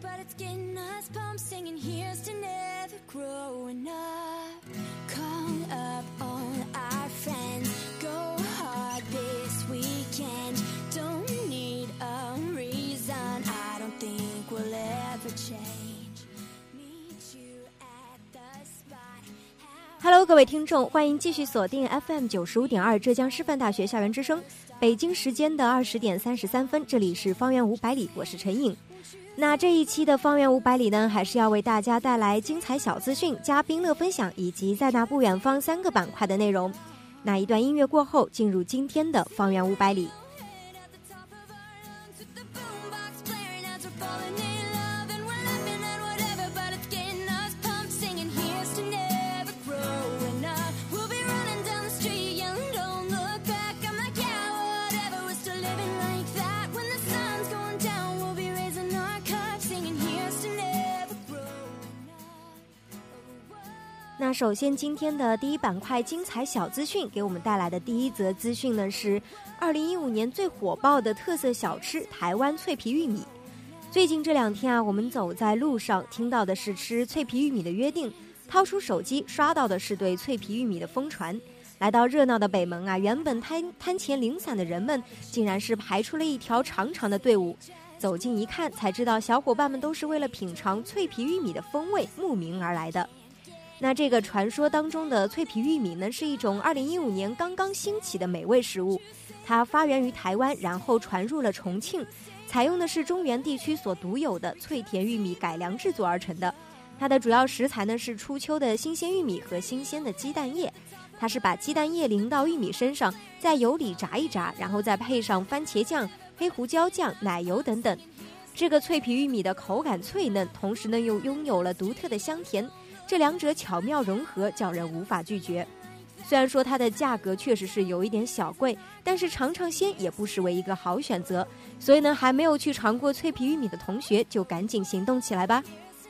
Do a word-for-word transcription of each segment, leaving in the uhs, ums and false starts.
Hello， 各位听众，欢迎继续锁定 F M 九十五点二浙江师范大学校园之声。北京时间的二十点三十三分，这里是方圆五百里，我是陈颖。那这一期的方圆五百里呢，还是要为大家带来精彩小资讯、嘉宾乐分享以及在那不远方三个板块的内容。那一段音乐过后，进入今天的方圆五百里。那首先今天的第一板块精彩小资讯给我们带来的第一则资讯呢，是二零一五年最火爆的特色小吃台湾脆皮玉米。最近这两天啊，我们走在路上听到的是吃脆皮玉米的约定，掏出手机刷到的是对脆皮玉米的疯传。来到热闹的北门啊，原本摊摊前零散的人们竟然是排出了一条长长的队伍。走近一看才知道，小伙伴们都是为了品尝脆皮玉米的风味慕名而来的。那这个传说当中的脆皮玉米呢，是一种二零一五年刚刚兴起的美味食物，它发源于台湾，然后传入了重庆，采用的是中原地区所独有的脆甜玉米改良制作而成的。它的主要食材呢是初秋的新鲜玉米和新鲜的鸡蛋液，它是把鸡蛋液淋到玉米身上，在油里炸一炸，然后再配上番茄酱、黑胡椒酱、奶油等等。这个脆皮玉米的口感脆嫩，同时呢又拥有了独特的香甜，这两者巧妙融合，叫人无法拒绝。虽然说它的价格确实是有一点小贵，但是尝尝鲜也不失为一个好选择。所以呢，还没有去尝过脆皮玉米的同学，就赶紧行动起来吧。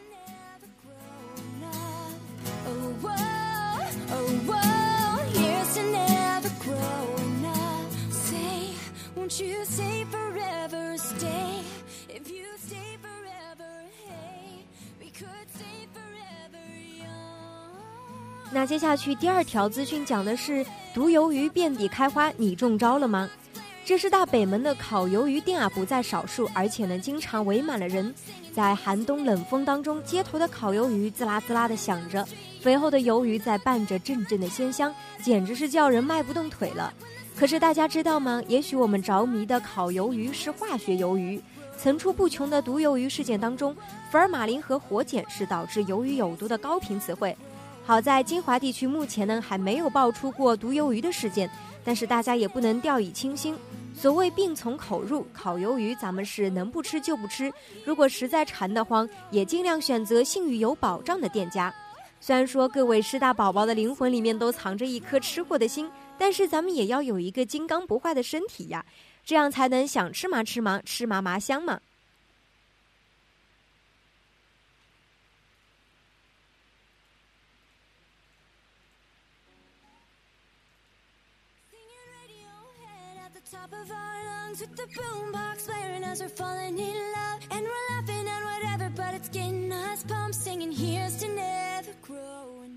那接下去第二条资讯讲的是毒鱿鱼遍地开花，你中招了吗？这是大北门的烤鱿鱼店啊，不在少数，而且呢经常围满了人。在寒冬冷风当中，街头的烤鱿鱼滋啦滋啦的响着，肥厚的鱿鱼在伴着阵阵的鲜香，简直是叫人迈不动腿了。可是大家知道吗？也许我们着迷的烤鱿鱼是化学鱿鱼。层出不穷的毒鱿鱼事件当中，福尔马林和火碱是导致鱿鱼有毒的高频词汇。好在金华地区目前呢还没有爆出过毒鱿鱼的事件，但是大家也不能掉以轻心。所谓病从口入，烤鱿鱼咱们是能不吃就不吃，如果实在馋得慌，也尽量选择信誉有保障的店家。虽然说各位师大宝宝的灵魂里面都藏着一颗吃货的心，但是咱们也要有一个金刚不坏的身体呀，这样才能想吃嘛吃嘛，吃嘛嘛香嘛。Top of our lungs with the boombox blaring as we're falling in love, and we're laughing at whatever, but it's getting us pumped, singing here's to never growing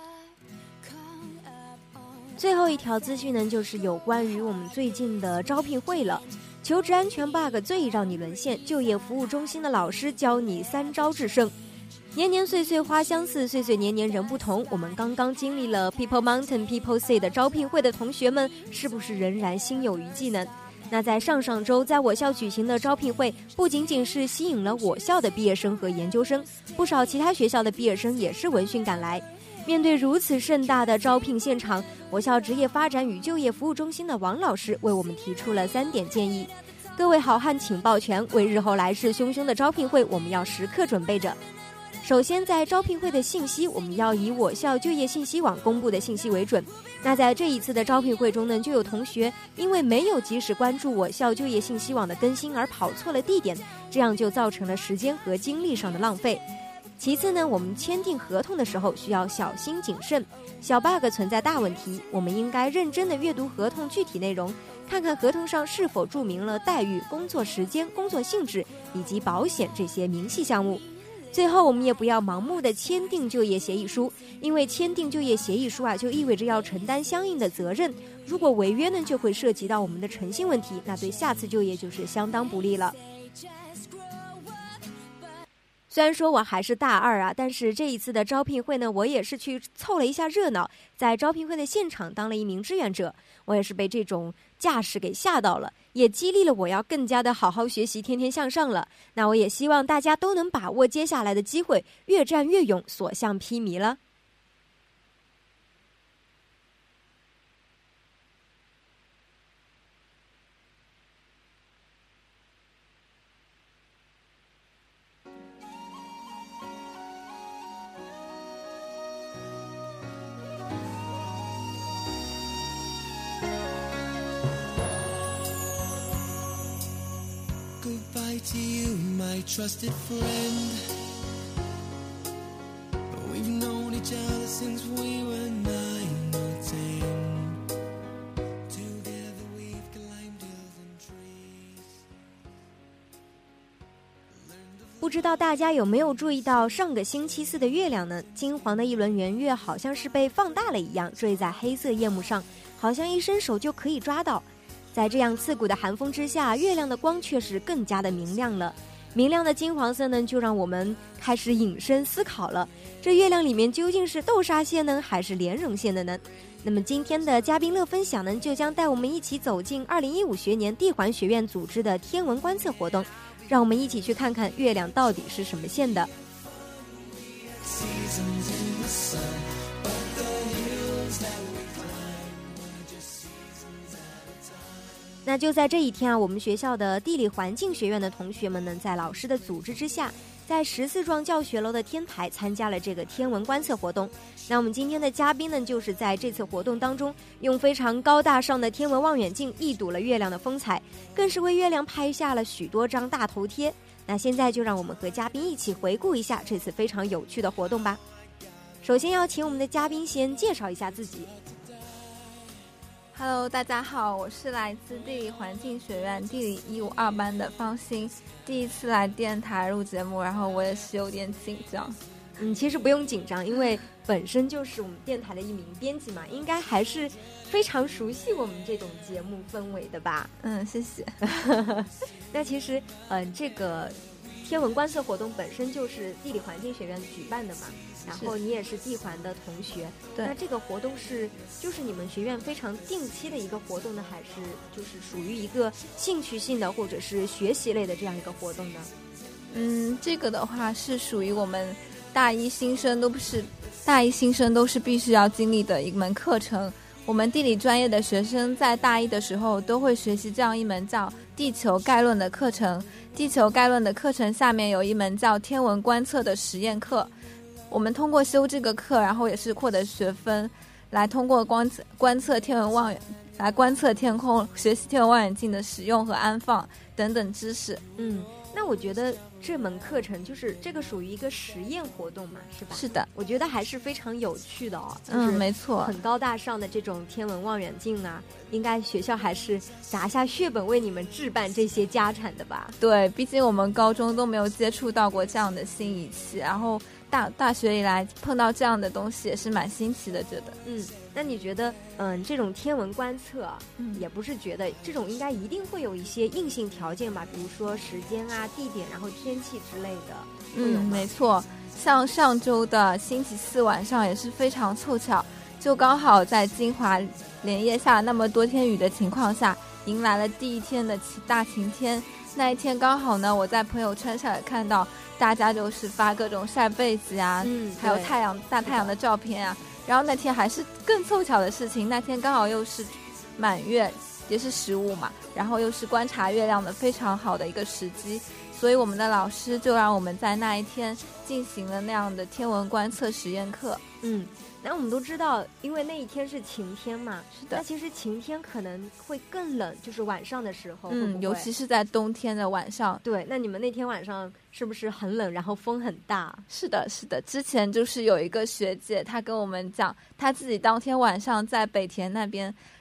up. 最后一条资讯呢，就是有关于我们最近的招聘会了。求职安全 bug 最让你沦陷，就业服务中心的老师教你三招制胜。年年岁岁花相似，岁岁年年人不同。我们刚刚经历了 People Mountain People Sea 的招聘会的同学们，是不是仍然心有余悸呢？那在上上周在我校举行的招聘会，不仅仅是吸引了我校的毕业生和研究生，不少其他学校的毕业生也是闻讯赶来。面对如此盛大的招聘现场，我校职业发展与就业服务中心的王老师为我们提出了三点建议。各位好汉请抱拳，为日后来势汹汹的招聘会，我们要时刻准备着。首先，在招聘会的信息，我们要以我校就业信息网公布的信息为准。那在这一次的招聘会中呢，就有同学因为没有及时关注我校就业信息网的更新而跑错了地点，这样就造成了时间和精力上的浪费。其次呢，我们签订合同的时候需要小心谨慎，小 bug 存在大问题，我们应该认真的阅读合同具体内容， 看看合同上是否注明了待遇、工作时间、工作性质以及保险这些明细项目。最后，我们也不要盲目的签订就业协议书，因为签订就业协议书啊，就意味着要承担相应的责任。如果违约呢，就会涉及到我们的诚信问题，那对下次就业就是相当不利了。虽然说我还是大二啊，但是这一次的招聘会呢，我也是去凑了一下热闹，在招聘会的现场当了一名志愿者。我也是被这种架势给吓到了，也激励了我要更加的好好学习，天天向上了。那我也希望大家都能把握接下来的机会，越战越勇，所向披靡了。 Goodbye to you, my trusted friend. We've known each other since we were nine or ten. Together we've climbed hills and trees. 不知道大家有没有注意到上个星期四的月亮呢？金黄的一轮圆月好像是被放大了一样，坠在黑色夜幕上，好像一伸手就可以抓到。在这样刺骨的寒风之下，月亮的光却是更加的明亮了。明亮的金黄色呢，就让我们开始引申思考了，这月亮里面究竟是豆沙馅呢，还是莲蓉馅的呢？那么今天的嘉宾乐分享呢，就将带我们一起走进二零一五学年地环学院组织的天文观测活动，让我们一起去看看月亮到底是什么馅的。那就在这一天啊，我们学校的地理环境学院的同学们呢，在老师的组织之下，在十四幢教学楼的天台参加了这个天文观测活动。那我们今天的嘉宾呢，就是在这次活动当中，用非常高大上的天文望远镜一睹了月亮的风采，更是为月亮拍下了许多张大头贴。那现在就让我们和嘉宾一起回顾一下这次非常有趣的活动吧。首先要请我们的嘉宾先介绍一下自己。 Hello， 大家好，我是来自地理环境学院地理一五二班的方欣，第一次来电台录节目，然后我也是有点紧张。 嗯，其实不用紧张，因为本身就是我们电台的一名编辑嘛，应该还是非常熟悉我们这种节目氛围的吧？ 嗯，谢谢。 那其实，嗯、呃，这个天文观测活动本身就是地理环境学院举办的嘛。然后你也是地环的同学， 对， 那这个活动是就是你们学院非常定期的一个活动呢，还是就是属于一个兴趣性的或者是学习类的这样一个活动呢？ 嗯，这个的话是属于我们大一新生都不是大一新生都是必须要经历的一门课程。我们地理专业的学生在大一的时候都会学习这样一门叫地球概论的课程。地球概论的课程下面有一门叫天文观测的实验课。我们通过修这个课，然后也是获得学分，来通过观测观测天文望远，来观测天空，学习天文望远镜的使用和安放等等知识。 嗯，那我觉得这门课程就是这个属于一个实验活动嘛，是吧？ 是的， 我觉得还是非常有趣的哦。 嗯，没错， 很高大上的这种天文望远镜啊，应该学校还是砸下血本为你们置办这些家产的吧？ 对，毕竟我们高中都没有接触到过这样的新仪器，然后大大学以来碰到这样的东西也是蛮新奇的，觉得。 嗯，那你觉得，嗯，这种天文观测啊， 嗯， 也不是觉得这种应该一定会有一些硬性条件吧，比如说时间啊、地点，然后天气之类的。 嗯，没错。像上周的星期四晚上也是非常凑巧，就刚好在金华连夜下了那么多天雨的情况下，迎来了第一天的大晴天。那一天刚好呢，我在朋友圈上也看到大家就是发各种晒被子呀， 嗯， 还有太阳大太阳的照片啊。然后那天还是更凑巧的事情，那天刚好又是满月，也是十五嘛，然后又是观察月亮的非常好的一个时机，所以我们的老师就让我们在那一天进行了那样的天文观测实验课。 嗯，那我们都知道，因为那一天是晴天嘛， 是的。 那其实晴天可能会更冷，就是晚上的时候， 嗯， 会不会尤其是在冬天的晚上。 对，那你们那天晚上是不是很冷，然后风很大？ 是的，是的。之前就是有一个学姐，她跟我们讲，她自己当天晚上在北田那边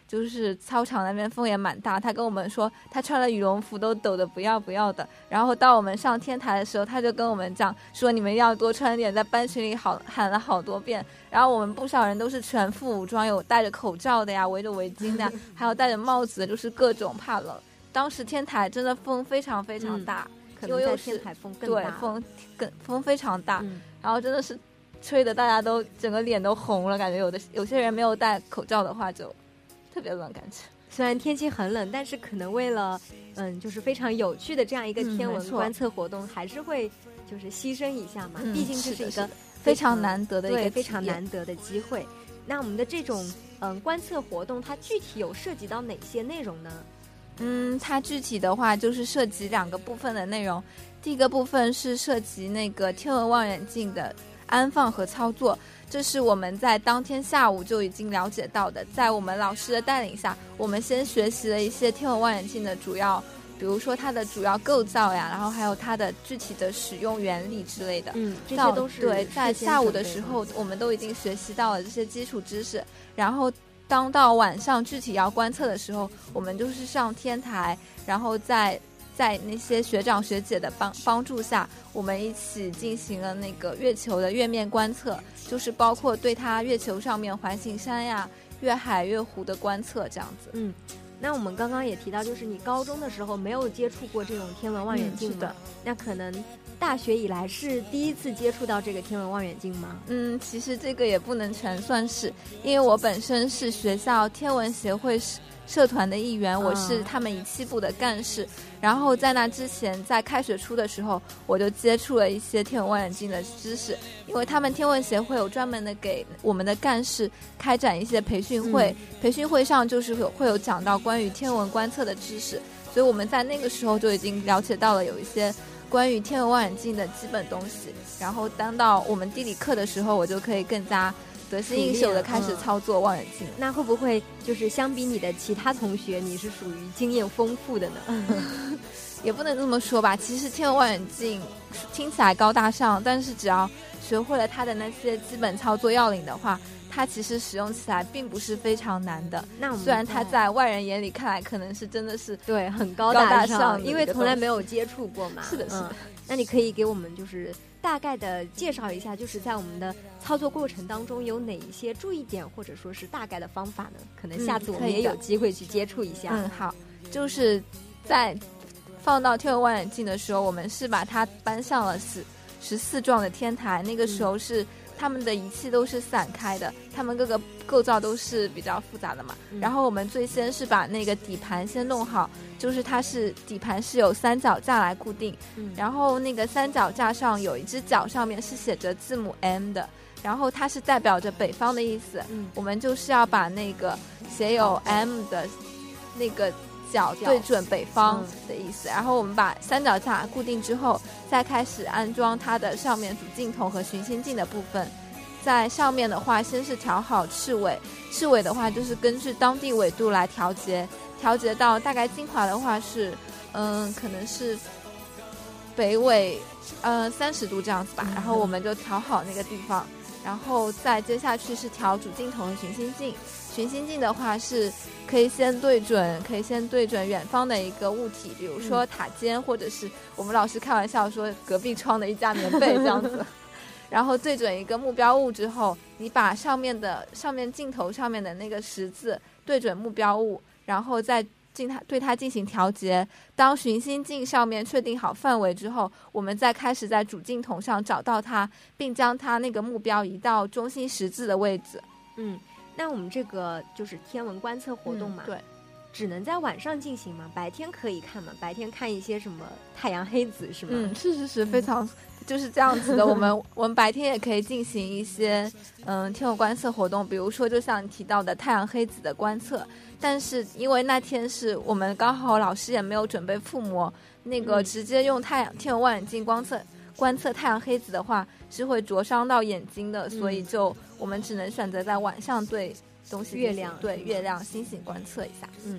就是操场那边风也蛮大，他跟我们说他穿了羽绒服都抖得不要不要的。然后到我们上天台的时候，他就跟我们讲说你们要多穿点，在班群里好喊了好多遍。然后我们不少人都是全副武装，有戴着口罩的呀，围着围巾的，还有戴着帽子的，就是各种怕冷。当时天台真的风非常非常大， 嗯、可能在天台风更大， 对，风更风非常大、 嗯， 然后真的是吹得大家都整个脸都红了，感觉有的有些人没有戴口罩的话就特别冷感觉。 虽然天气很冷，但是可能为了嗯，就是非常有趣的这样一个天文观测活动，嗯、还是会就是牺牲一下嘛。嗯、毕竟这是一个非常难得的一个对非常难得的机会。那我们的这种嗯观测活动，它具体有涉及到哪些内容呢？ 嗯，它具体的话就是涉及两个部分的内容。第一个部分是涉及那个天文望远镜的安放和操作，这是我们在当天下午就已经了解到的。在我们老师的带领下，我们先学习了一些天文望远镜的主要，比如说它的主要构造呀，然后还有它的具体的使用原理之类的。 嗯，这些都是对，在下午的时候我们都已经学习到了这些基础知识。然后当到晚上具体要观测的时候，我们就是上天台，然后在在那些学长学姐的帮帮助下，我们一起进行了那个月球的月面观测，就是包括对它月球上面环形山呀、月海、月湖的观测这样子。 嗯，那我们刚刚也提到，就是你高中的时候没有接触过这种天文望远镜、嗯、 是的， 那可能大学以来是第一次接触到这个天文望远镜吗？ 嗯，其实这个也不能全算是，因为我本身是学校天文协会社团的一员，我是他们仪器部的干事、嗯、然后在那之前在开学初的时候我就接触了一些天文望远镜的知识，因为他们天文协会有专门的给我们的干事开展一些培训会、嗯、培训会上就是有会有讲到关于天文观测的知识，所以我们在那个时候就已经了解到了有一些关于天文望远镜的基本东西，然后当到我们地理课的时候，我就可以更加得心应手的开始操作望远镜、 嗯、那会不会就是相比你的其他同学，你是属于经验丰富的呢？ 也不能这么说吧，其实天文望远镜听起来高大上，但是只要学会了它的那些基本操作要领的话，它其实使用起来并不是非常难的。那我们虽然它在外人眼里看来可能是真的是对很高大上， 因因为从来没有接触过嘛。 是的，是的、嗯。 那你可以给我们就是大概的介绍一下，就是在我们的操作过程当中有哪一些注意点，或者说是大概的方法呢？可能下次我们也有机会去接触一下。 嗯，好，就是在放到天文望远镜的时候，我们是把它搬上了十十四幢的天台，那个时候是、嗯、他们的仪器都是散开的，他们各个构造都是比较复杂的嘛、嗯、然后我们最先是把那个底盘先弄好，就是它是底盘是有三脚架来固定、嗯、然后那个三脚架上有一只脚上面是写着字母 M 的，然后它是代表着北方的意思、嗯、我们就是要把那个写有 M 的那个脚对准北方的意思、嗯、然后我们把三脚架固定之后，再开始安装它的上面主镜头和寻星镜的部分。在上面的话先是调好赤纬，赤纬的话就是根据当地纬度来调节，调节到大概金华的话是嗯，可能是北纬呃三十度这样子吧、嗯、然后我们就调好那个地方，然后再接下去是调主镜头和寻星镜。寻星镜的话是可以先对准可以先对准远方的一个物体，比如说塔尖、嗯、或者是我们老师开玩笑说隔壁窗的一架棉被这样子然后对准一个目标物之后，你把上面的上面镜头上面的那个十字对准目标物，然后再进它对它进行调节。当寻星镜上面确定好范围之后，我们再开始在主镜头上找到它，并将它那个目标移到中心十字的位置。 嗯，那我们这个就是天文观测活动嘛、 嗯、对， 只能在晚上进行吗？白天可以看吗？白天看一些什么太阳黑子是吗？ 嗯，是是是，非常、嗯、就是这样子的。我们我们白天也可以进行一些嗯天文观测活动，比如说就像你提到的太阳黑子的观测，但是因为那天是我们刚好老师也没有准备覆膜，那个直接用太阳天文望远镜观测观测太阳黑子的话是会灼伤到眼睛的，所以就我们只能选择在晚上对东西月亮对月亮星星观测一下。 嗯，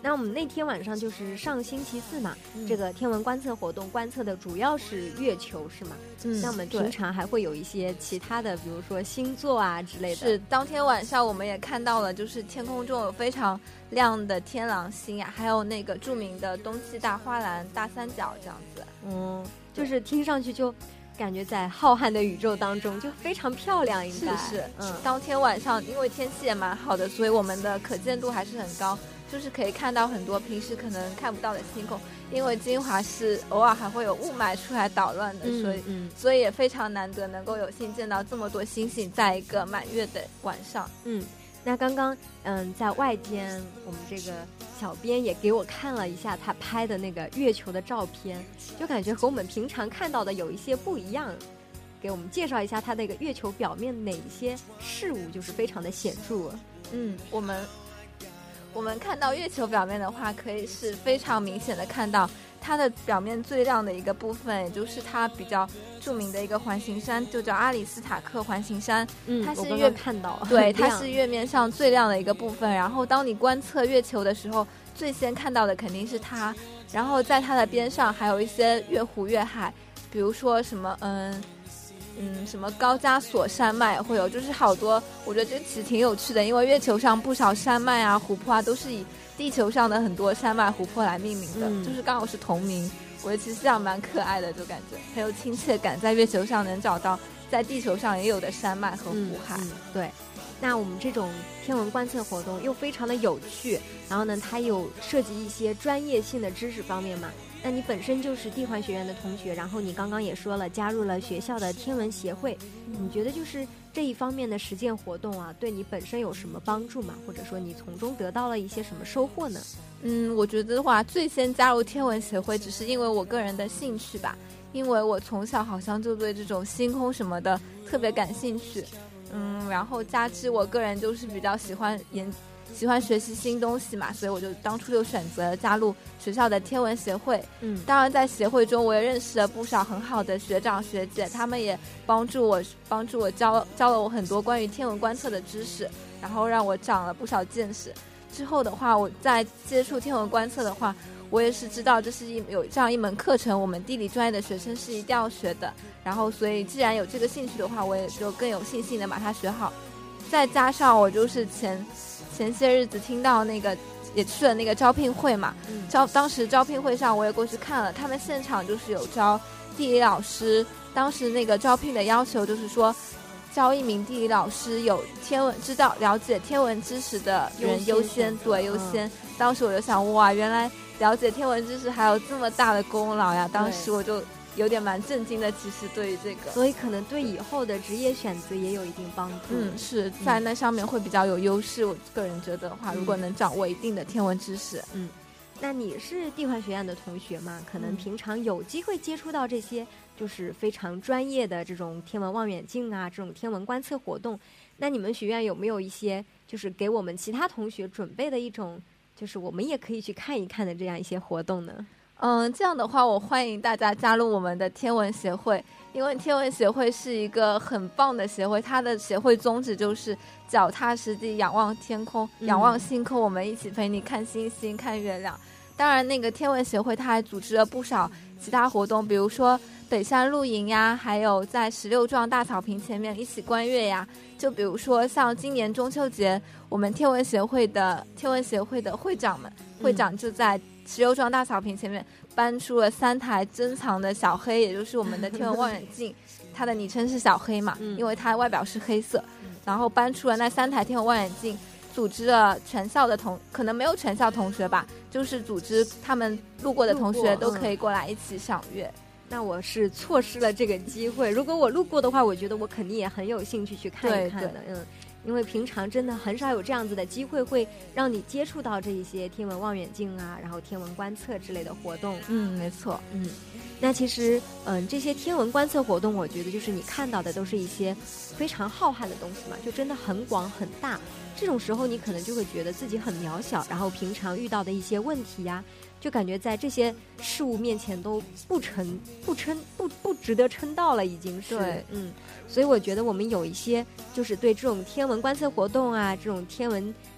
那我们那天晚上就是上星期四嘛， 嗯这个天文观测活动观测的主要是月球是吗？ 嗯那我们平常还会有一些其他的，比如说星座啊之类的。 是当天晚上我们也看到了，就是天空中有非常亮的天狼星呀、啊，还有那个著名的东气大花篮大三角这样子。 嗯，就是听上去就感觉在浩瀚的宇宙当中就非常漂亮，应该是是， 嗯， 当天晚上因为天气也蛮好的，所以我们的可见度还是很高，就是可以看到很多平时可能看不到的星空。因为金华市偶尔还会有雾霾出来捣乱的， 嗯所以、 嗯、 所以也非常难得能够有幸见到这么多星星在一个满月的晚上。 嗯，那刚刚嗯在外间我们这个小编也给我看了一下他拍的那个月球的照片，就感觉和我们平常看到的有一些不一样。给我们介绍一下它那个月球表面哪一些事物就是非常的显著。 嗯，我们我们看到月球表面的话，可以是非常明显的看到它的表面最亮的一个部分，也就是它比较著名的一个环形山，就叫阿里斯塔克环形山。 嗯， 它是月我刚刚看到， 对，它是月面上最亮的一个部分。然后当你观测月球的时候，最先看到的肯定是它，然后在它的边上还有一些月湖月海，比如说什么嗯。嗯，什么高加索山脉会有，就是好多，我觉得这其实挺有趣的，因为月球上不少山脉啊、湖泊啊，都是以地球上的很多山脉、湖泊来命名的， 嗯、 就是刚好是同名。我觉得其实这样蛮可爱的，就感觉很有亲切感，在月球上能找到在地球上也有的山脉和湖海。 嗯嗯、对，那我们这种天文观测活动又非常的有趣，然后呢，它有涉及一些专业性的知识方面嘛。那你本身就是地环学院的同学，然后你刚刚也说了加入了学校的天文协会，你觉得就是这一方面的实践活动啊，对你本身有什么帮助吗？或者说你从中得到了一些什么收获呢？ 嗯，我觉得的话，最先加入天文协会只是因为我个人的兴趣吧，因为我从小好像就对这种星空什么的特别感兴趣。嗯，然后加之我个人就是比较喜欢研喜欢学习新东西嘛，所以我就当初就选择加入学校的天文协会。 嗯， 当然在协会中我也认识了不少很好的学长学姐，他们也帮助我帮助我教教了我很多关于天文观测的知识，然后让我长了不少见识。之后的话，我在接触天文观测的话，我也是知道这是一有这样一门课程，我们地理专业的学生是一定要学的。然后所以既然有这个兴趣的话，我也就更有信心的把它学好。再加上我就是前前些日子听到那个也去了那个招聘会嘛， 嗯、 招当时招聘会上我也过去看了，他们现场就是有招地理老师，当时那个招聘的要求就是说招一名地理老师有天文知道了解天文知识的人优先，对优先、嗯、当时我就想哇，原来了解天文知识还有这么大的功劳呀，当时我就有点蛮震惊的，其实对于这个， 所以可能对以后的职业选择也有一定帮助。 嗯，是在那上面会比较有优势、嗯、我个人觉得的话，如果能掌握一定的天文知识。 嗯，那你是地环学院的同学嘛，可能平常有机会接触到这些就是非常专业的这种天文望远镜啊，这种天文观测活动，那你们学院有没有一些就是给我们其他同学准备的一种就是我们也可以去看一看的这样一些活动呢？ 嗯，这样的话我欢迎大家加入我们的天文协会，因为天文协会是一个很棒的协会，它的协会宗旨就是脚踏实地仰望天空、嗯、仰望星空，我们一起陪你看星星看月亮。当然那个天文协会它还组织了不少其他活动，比如说北山露营呀，还有在十六壮大草坪前面一起观月呀，就比如说像今年中秋节我们天文协会的天文协会的会长们、嗯、会长就在十六壮大草坪前面搬出了三台珍藏的小黑，也就是我们的天文望远镜它的昵称是小黑嘛、嗯、因为它外表是黑色、嗯、然后搬出了那三台天文望远镜，组织了全校的同可能没有全校同学吧，就是组织他们路过的同学都可以过来一起赏月、嗯、 那我是错失了这个机会，如果我路过的话，我觉得我肯定也很有兴趣去看一看的。嗯，因为平常真的很少有这样子的机会会让你接触到这一些天文望远镜啊，然后天文观测之类的活动。 嗯，没错。 嗯，那其实嗯这些天文观测活动，我觉得就是你看到的都是一些非常浩瀚的东西嘛，就真的很广很大，这种时候你可能就会觉得自己很渺小，然后平常遇到的一些问题呀、啊就感觉在这些事物面前都不称不称不不值得称道了，已经是。 对， 嗯，所以我觉得我们有一些就是对这种天文观测活动啊，这种天文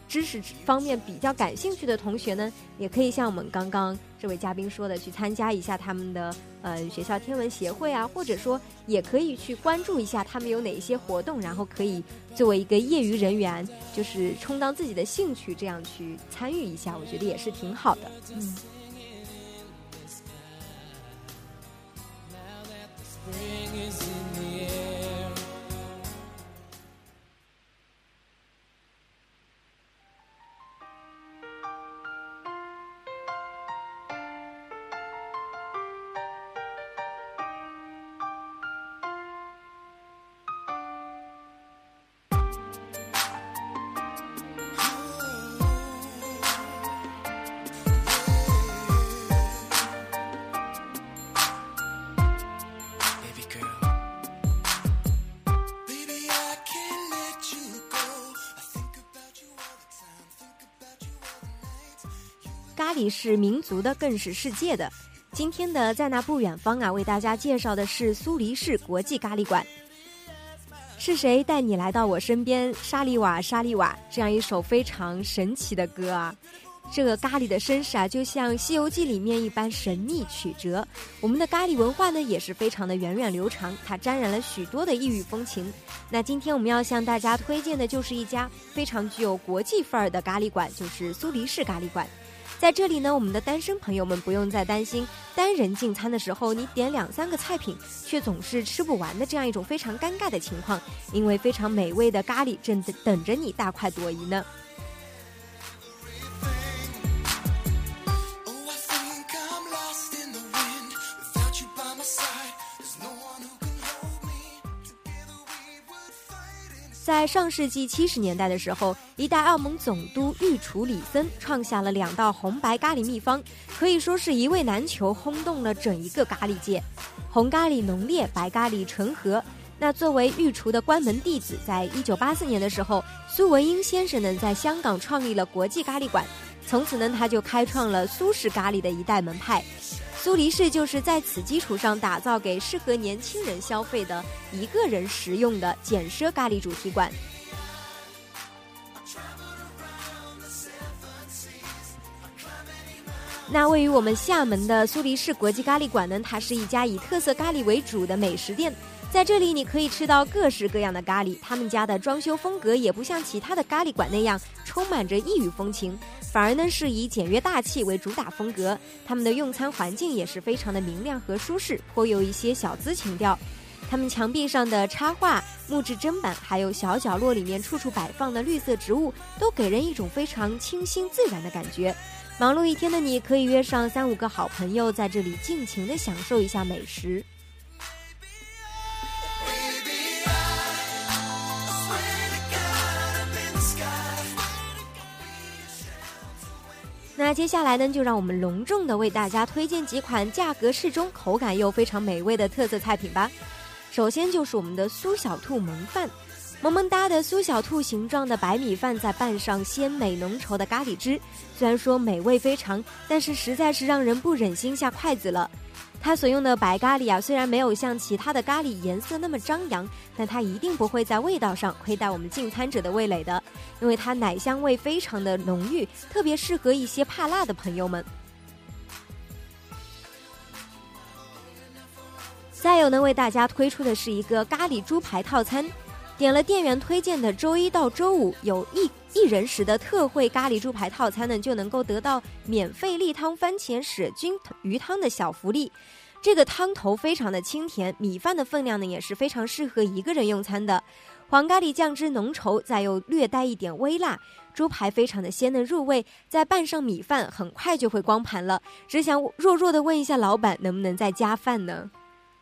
知识方面比较感兴趣的同学呢，也可以像我们刚刚这位嘉宾说的，去参加一下他们的呃学校天文协会啊，或者说也可以去关注一下他们有哪一些活动，然后可以作为一个业余人员，就是充当自己的兴趣，这样去参与一下，我觉得也是挺好的。 嗯。 咖喱是民族的，更是世界的。今天的在那不远方啊，为大家介绍的是苏黎世国际咖喱馆。是谁带你来到我身边？沙利瓦，沙利瓦，这样一首非常神奇的歌啊。这个咖喱的身世啊，就像《西游记》里面一般神秘曲折。我们的咖喱文化呢，也是非常的源远流长，它沾染了许多的异域风情。那今天我们要向大家推荐的就是一家非常具有国际范儿的咖喱馆，就是苏黎世咖喱馆。在这里呢，我们的单身朋友们不用再担心单人进餐的时候，你点两三个菜品却总是吃不完的这样一种非常尴尬的情况，因为非常美味的咖喱正等着你大快朵颐呢。在上世纪七十年代的时候，一代澳门总督御厨李森创下了两道红白咖喱秘方，可以说是一味难求，轰动了整一个咖喱界。红咖喱浓烈，白咖喱醇和。那作为御厨的关门弟子，在一九八四年的时候，苏文英先生呢在香港创立了国际咖喱馆，从此呢他就开创了苏式咖喱的一代门派。苏黎世就是在此基础上打造给适合年轻人消费的一个人食用的简奢咖喱主题馆。那位于我们厦门的苏黎世国际咖喱馆呢，它是一家以特色咖喱为主的美食店，在这里你可以吃到各式各样的咖喱，他们家的装修风格也不像其他的咖喱馆那样充满着异域风情，反而呢是以简约大气为主打风格，他们的用餐环境也是非常的明亮和舒适，颇有一些小资情调。他们墙壁上的插画、木质砧板，还有小角落里面处处摆放的绿色植物，都给人一种非常清新自然的感觉。忙碌一天的你，可以约上三五个好朋友，在这里尽情地享受一下美食。那接下来呢，就让我们隆重的为大家推荐几款价格适中、口感又非常美味的特色菜品吧。首先就是我们的苏小兔焖饭，萌萌哒的苏小兔形状的白米饭，再拌上鲜美浓稠的咖喱汁，虽然说美味非常，但是实在是让人不忍心下筷子了。它所用的白咖喱啊，虽然没有像其他的咖喱颜色那么张扬，但它一定不会在味道上亏待我们进餐者的味蕾的，因为它奶香味非常的浓郁，特别适合一些怕辣的朋友们。再有呢，为大家推出的是一个咖喱猪排套餐，点了店员推荐的周一到周五有一一人食的特惠咖喱猪排套餐呢，就能够得到免费例汤番茄舍菌鱼汤的小福利。这个汤头非常的清甜，米饭的分量呢也是非常适合一个人用餐的。黄咖喱酱汁浓稠，再又略带一点微辣，猪排非常的鲜嫩入味，再拌上米饭，很快就会光盘了。只想弱弱的问一下老板，能不能再加饭呢？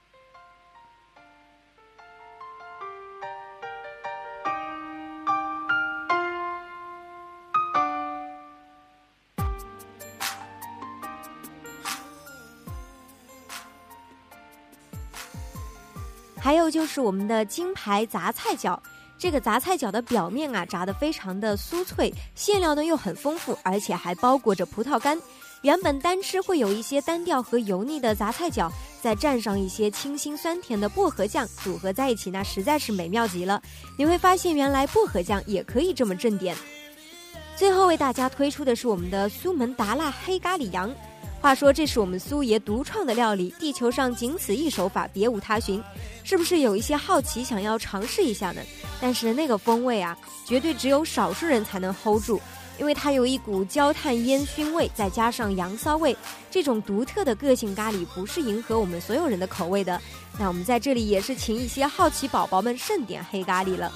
还有就是我们的金牌杂菜饺，这个杂菜饺的表面啊炸得非常的酥脆，馅料呢又很丰富，而且还包裹着葡萄干。原本单吃会有一些单调和油腻的杂菜饺，再蘸上一些清新酸甜的薄荷酱，组合在一起，那实在是美妙极了。你会发现原来薄荷酱也可以这么正点。 最后为大家推出的是我们的苏门答腊黑咖喱羊。话说这是我们苏爷独创的料理，地球上仅此一手法，别无他寻。是不是有一些好奇想要尝试一下呢？但是那个风味啊，绝对只有少数人才能 hold 住，因为它有一股焦炭烟熏味，再加上羊骚味，这种独特的个性咖喱不是迎合我们所有人的口味的。那我们在这里也是请一些好奇宝宝们慎点黑咖喱了。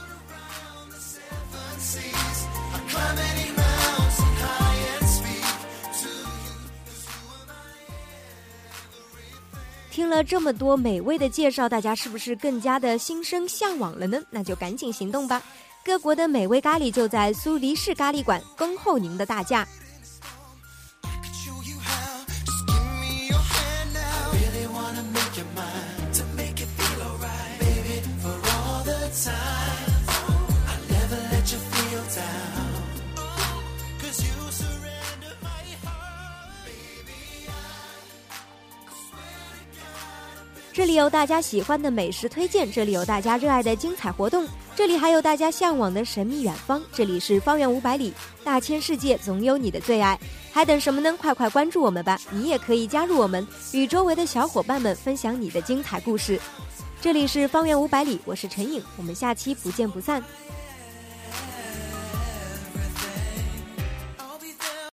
听了这么多美味的介绍，大家是不是更加的心生向往了呢？那就赶紧行动吧！各国的美味咖喱就在苏黎世咖喱馆，恭候您的大驾。这里有大家喜欢的美食推荐，这里有大家热爱的精彩活动，这里还有大家向往的神秘远方，这里是方圆五百里，大千世界总有你的最爱，还等什么呢？快快关注我们吧！你也可以加入我们，与周围的小伙伴们分享你的精彩故事。这里是方圆五百里，我是陈颖，我们下期不见不散。